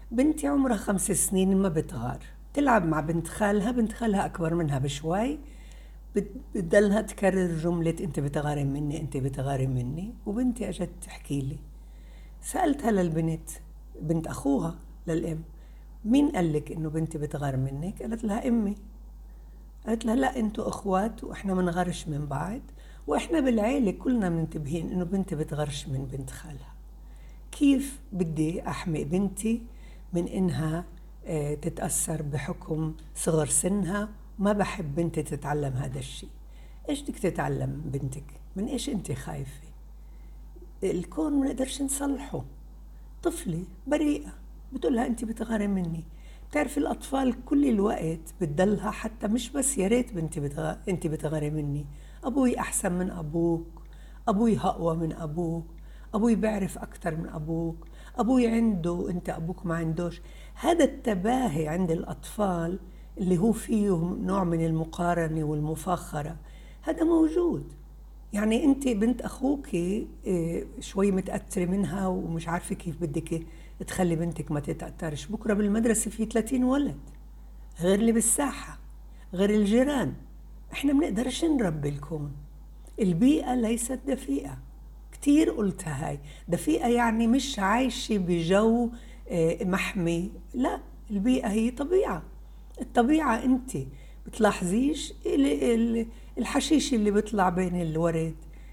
بنتي عمرها 5 سنين ما بتغار، تلعب مع بنت خالها، بنت خالها أكبر منها بشوي، بتضلها تكرر جملة أنت بتغاري مني، أنت بتغاري مني. وبنتي أجت تحكي لي، سألتها للبنت، بنت أخوها للأم، مين قال لك إنه بنتي بتغار منك؟ قالت لها أمي. قالت لها لا، أنتوا أخوات وإحنا منغرش من بعض، وإحنا بالعيلة كلنا منتبهين إنه بنتي بتغرش من بنت خالها. كيف بدي أحمي بنتي من إنها تتأثر بحكم صغر سنها؟ ما بحب بنتي تتعلم هذا الشيء. إيش بدك تتعلم بنتك؟ من إيش أنت خايفة؟ الكون ما نقدرش نصلحه. طفلة بريئة بتقولها أنت بتغاري مني. بتعرفي الأطفال كل الوقت بتدلها، حتى مش بس يا ريت بنتي أنت بتغاري مني، أبوي أحسن من أبوك، أبوي أقوى من أبوك، أبوي بيعرف أكتر من أبوك، أبوي عنده أنت أبوك ما عندوش. هذا التباهي عند الأطفال اللي هو فيه نوع من المقارنة والمفاخرة، هذا موجود. يعني انت بنت اخوك شوي متأثرة منها ومش عارفة كيف بدك تخلي بنتك ما تتأثرش. بكرة بالمدرسة في 30 ولد، غير اللي بالساحة، غير الجيران. احنا بنقدرش نربي الكون. البيئة ليست دفيئة، كتير قلتها هاي. دفيئة يعني مش عايشة بجو محمي، لا، البيئة هي طبيعة. الطبيعة انت بتلاحظيش الحشيش اللي بيطلع بين الورد،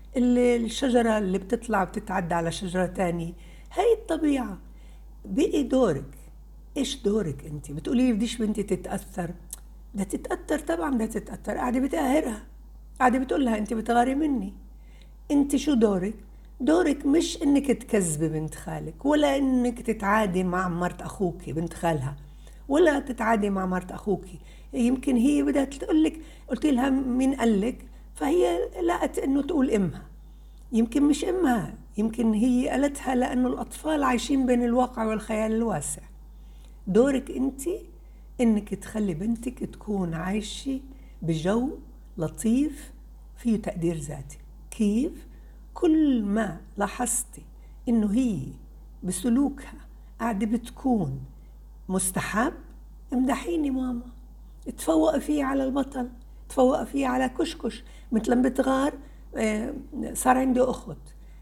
الشجرة اللي بتطلع بتتعدى على شجرة تانية، هاي الطبيعة. بقي دورك. ايش دورك انت؟ بتقولي لي بديش بنتي تتأثر. بدها تتأثر طبعا، بدها تتأثر. قاعدة بتقهرها، قاعدة بتقول لها انت بتغاري مني. انت شو دورك؟ دورك مش انك تكذبي بنت خالك، ولا انك تتعادي مع مرت اخوك بنت خالها، ولا تتعادي مع مرت اخوك. يمكن هي بدها تقولك، قلت لها مين قالك، فهي لقت انه تقول امها. يمكن مش امها، يمكن هي قالتها لانه الاطفال عايشين بين الواقع والخيال الواسع. دورك انت انك تخلي بنتك تكون عايشة بجو لطيف فيه تقدير ذاتي. كيف؟ كل ما لاحظتي انه هي بسلوكها قاعدة بتكون مستحب، امدحيني ماما، تفوق فيه على البطل، تفوق فيه على كشكش. مثل لما بتغار، صار عندي أخت،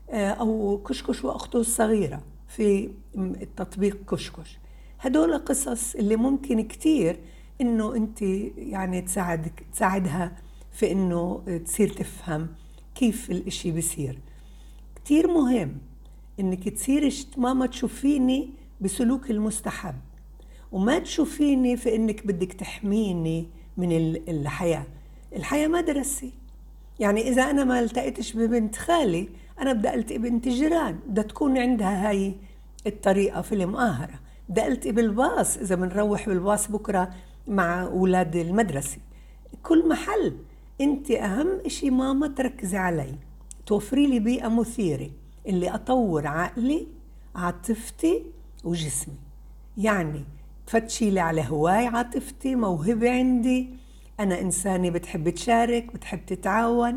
أو كشكش وأخته الصغيرة في التطبيق كشكش. هدول قصص اللي ممكن كتير إنه أنت يعني تساعدها في إنه تصير تفهم كيف الإشي بيصير. كتير مهم إنك تصير ماما تشوفيني بسلوك المستحب، وما تشوفيني في إنك بدك تحميني من الحياة. الحياة مدرسة. يعني إذا أنا ما التقيتش ببنت خالي، أنا بدي ألتقي بنت جيران، بدها تكون عندها هاي الطريقة في المقاهرة. بدي ألتقي بالباص إذا بنروح بالباص بكرة مع أولاد المدرسة. كل محل. أنت أهم إشي ماما تركزي علي، توفري لي بيئة مثيرة اللي أطور عقلي، عاطفتي وجسمي. يعني تفتشي لي على هواي عاطفتي، موهبة عندي، أنا إنسانة بتحب تشارك، بتحب تتعاون.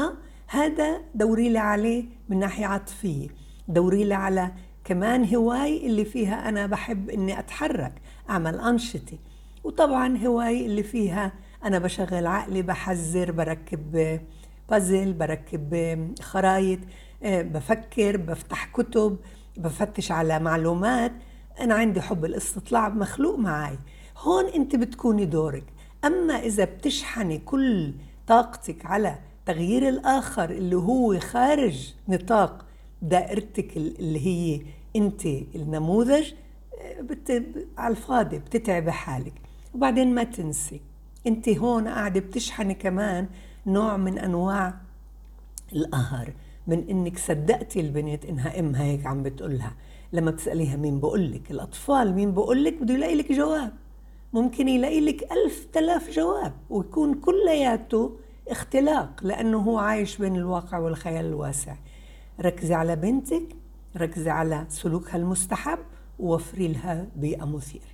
هذا دوري لي عليه من ناحية عاطفية. دوري لي على كمان هواي اللي فيها أنا بحب إني أتحرك، أعمل أنشطة. وطبعا هواي اللي فيها أنا بشغل عقلي، بحذر، بركب بازل، بركب خرايط، بفكر، بفتح كتب، بفتش على معلومات. أنا عندي حب الاستطلاع مخلوق معي. هون أنت بتكوني دورك. أما إذا بتشحني كل طاقتك على تغيير الآخر اللي هو خارج نطاق دائرتك اللي هي أنت النموذج، على الفاضي بتتعب حالك. وبعدين ما تنسي أنت هون قاعدة بتشحني كمان نوع من أنواع القهر، من انك صدقتي البنت انها امها هيك عم بتقولها. لما بتسأليها مين بقولك، الأطفال مين بقولك، بده يلاقي لك جواب. ممكن يلاقي لك 1000 جواب ويكون كلياته اختلاق، لأنه هو عايش بين الواقع والخيال الواسع. ركزي على بنتك، ركزي على سلوكها المستحب، ووفري لها بيئة مثيرة.